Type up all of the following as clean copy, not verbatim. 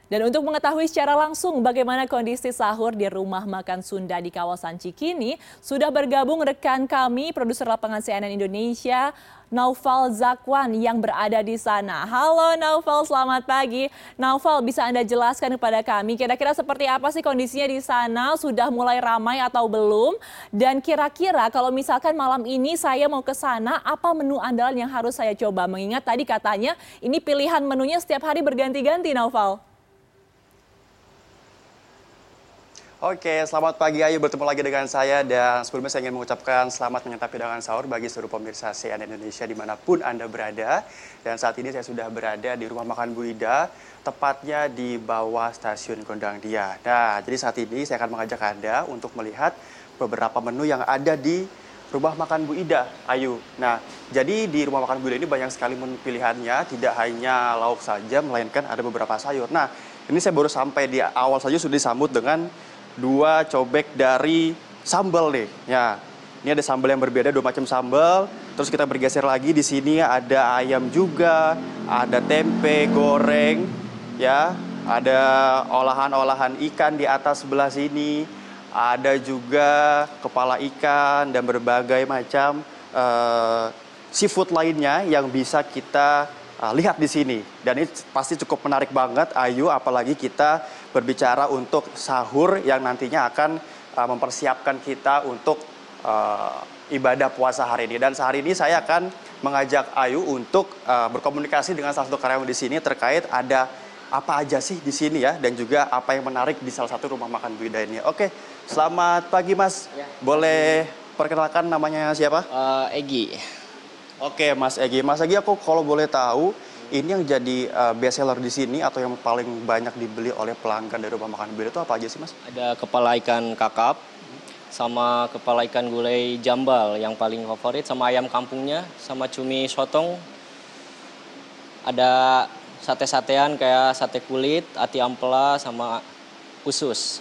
Dan untuk mengetahui secara langsung bagaimana kondisi sahur di rumah makan Sunda di kawasan Cikini, sudah bergabung rekan kami, produser lapangan CNN Indonesia, Naufal Zakwan yang berada di sana. Halo Naufal, selamat pagi. Naufal, bisa Anda jelaskan kepada kami kira-kira seperti apa sih kondisinya di sana? Sudah mulai ramai atau belum? Dan kira-kira kalau misalkan malam ini saya mau ke sana, apa menu andalan yang harus saya coba? Mengingat tadi katanya ini pilihan menunya setiap hari berganti-ganti, Naufal. Oke, selamat pagi Ayu, bertemu lagi dengan saya dan sebelumnya saya ingin mengucapkan selamat menyantap hidangan sahur bagi seluruh pemirsa CNN Indonesia dimanapun Anda berada. Dan saat ini saya sudah berada di rumah makan Bu Ida, tepatnya di bawah stasiun Gondangdia. Nah, jadi saat ini saya akan mengajak Anda untuk melihat beberapa menu yang ada di rumah makan Bu Ida, Ayu. Nah, jadi di rumah makan Bu Ida ini banyak sekali menu pilihannya, tidak hanya lauk saja, melainkan ada beberapa sayur. Nah, ini saya baru sampai di awal saja sudah disambut dengan dua cobek dari sambal nih. Ya, ini ada sambal yang berbeda, dua macam sambal. Terus kita bergeser lagi di sini ada ayam juga, ada tempe goreng, ya, ada olahan-olahan ikan di atas sebelah sini, ada juga kepala ikan dan berbagai macam seafood lainnya yang bisa kita lihat di sini. Dan ini pasti cukup menarik banget, Ayu, apalagi kita berbicara untuk sahur yang nantinya akan mempersiapkan kita untuk ibadah puasa hari ini. Dan sehari ini saya akan mengajak Ayu untuk berkomunikasi dengan salah satu karyawan di sini terkait ada apa aja sih di sini ya, dan juga apa yang menarik di salah satu rumah makan Bu Ida ini. Oke, selamat pagi Mas. Ya. Boleh perkenalkan namanya siapa? Egi. Oke, Mas Egi. Mas Egi, aku kalau boleh tahu, ini yang jadi best seller di sini atau yang paling banyak dibeli oleh pelanggan dari rumah makan Bu Ida itu apa aja sih, Mas? Ada kepala ikan kakap, sama kepala ikan gulai jambal yang paling favorit, sama ayam kampungnya, sama cumi sotong. Ada sate-satean kayak sate kulit, ati ampela, sama usus.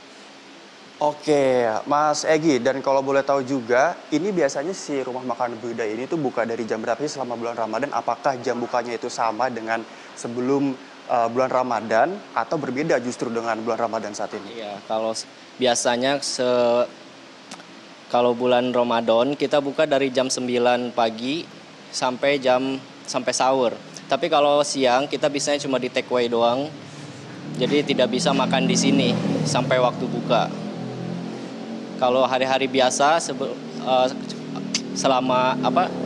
Oke, Mas Egi, dan kalau boleh tahu juga, ini biasanya si rumah makan Bu Ida ini tuh buka dari jam berapa sih selama bulan Ramadan? Apakah jam bukanya itu sama dengan sebelum bulan Ramadan atau berbeda justru dengan bulan Ramadan saat ini? Iya, kalau biasanya kalau bulan Ramadan kita buka dari jam 9 pagi sampai sahur. Tapi kalau siang kita biasanya cuma di take away doang. Jadi tidak bisa makan di sini sampai waktu buka. Kalau hari-hari biasa selama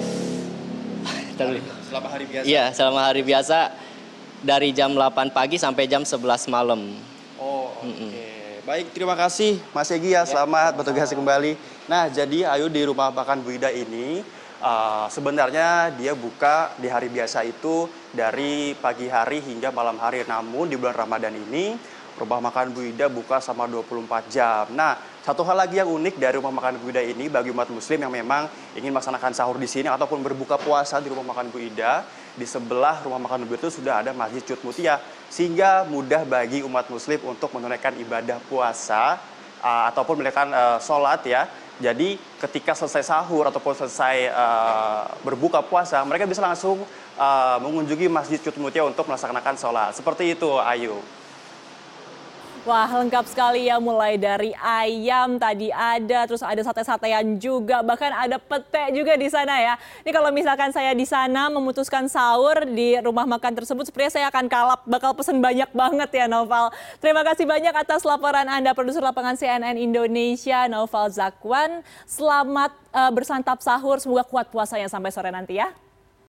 hari biasa? Iya, selama hari biasa dari jam 8 pagi sampai jam 11 malam. Oh, oke. Baik, terima kasih Mas Egi ya, selamat bertugas kembali. Nah, jadi Ayu di rumah makan Bu Ida ini sebenarnya dia buka di hari biasa itu dari pagi hari hingga malam hari. Namun di bulan Ramadan ini rumah makan Bu Ida buka selama 24 jam. Nah, satu hal lagi yang unik dari rumah makan Bu Ida ini bagi umat muslim yang memang ingin melaksanakan sahur di sini ataupun berbuka puasa di rumah makan Bu Ida, di sebelah rumah makan Bu Ida itu sudah ada Masjid Cut Mutia, sehingga mudah bagi umat muslim untuk menunaikan ibadah puasa ataupun menunaikan sholat ya. Jadi ketika selesai sahur ataupun selesai berbuka puasa, mereka bisa langsung mengunjungi Masjid Cut Mutia untuk melaksanakan sholat. Seperti itu, Ayu. Wah, lengkap sekali ya, mulai dari ayam tadi ada, terus ada sate-satean juga, bahkan ada pete juga di sana ya. Ini kalau misalkan saya di sana memutuskan sahur di rumah makan tersebut, sepertinya saya akan kalap, bakal pesen banyak banget ya, Naufal. Terima kasih banyak atas laporan Anda, produser lapangan CNN Indonesia, Naufal Zakwan. Selamat bersantap sahur, semoga kuat puasanya sampai sore nanti ya.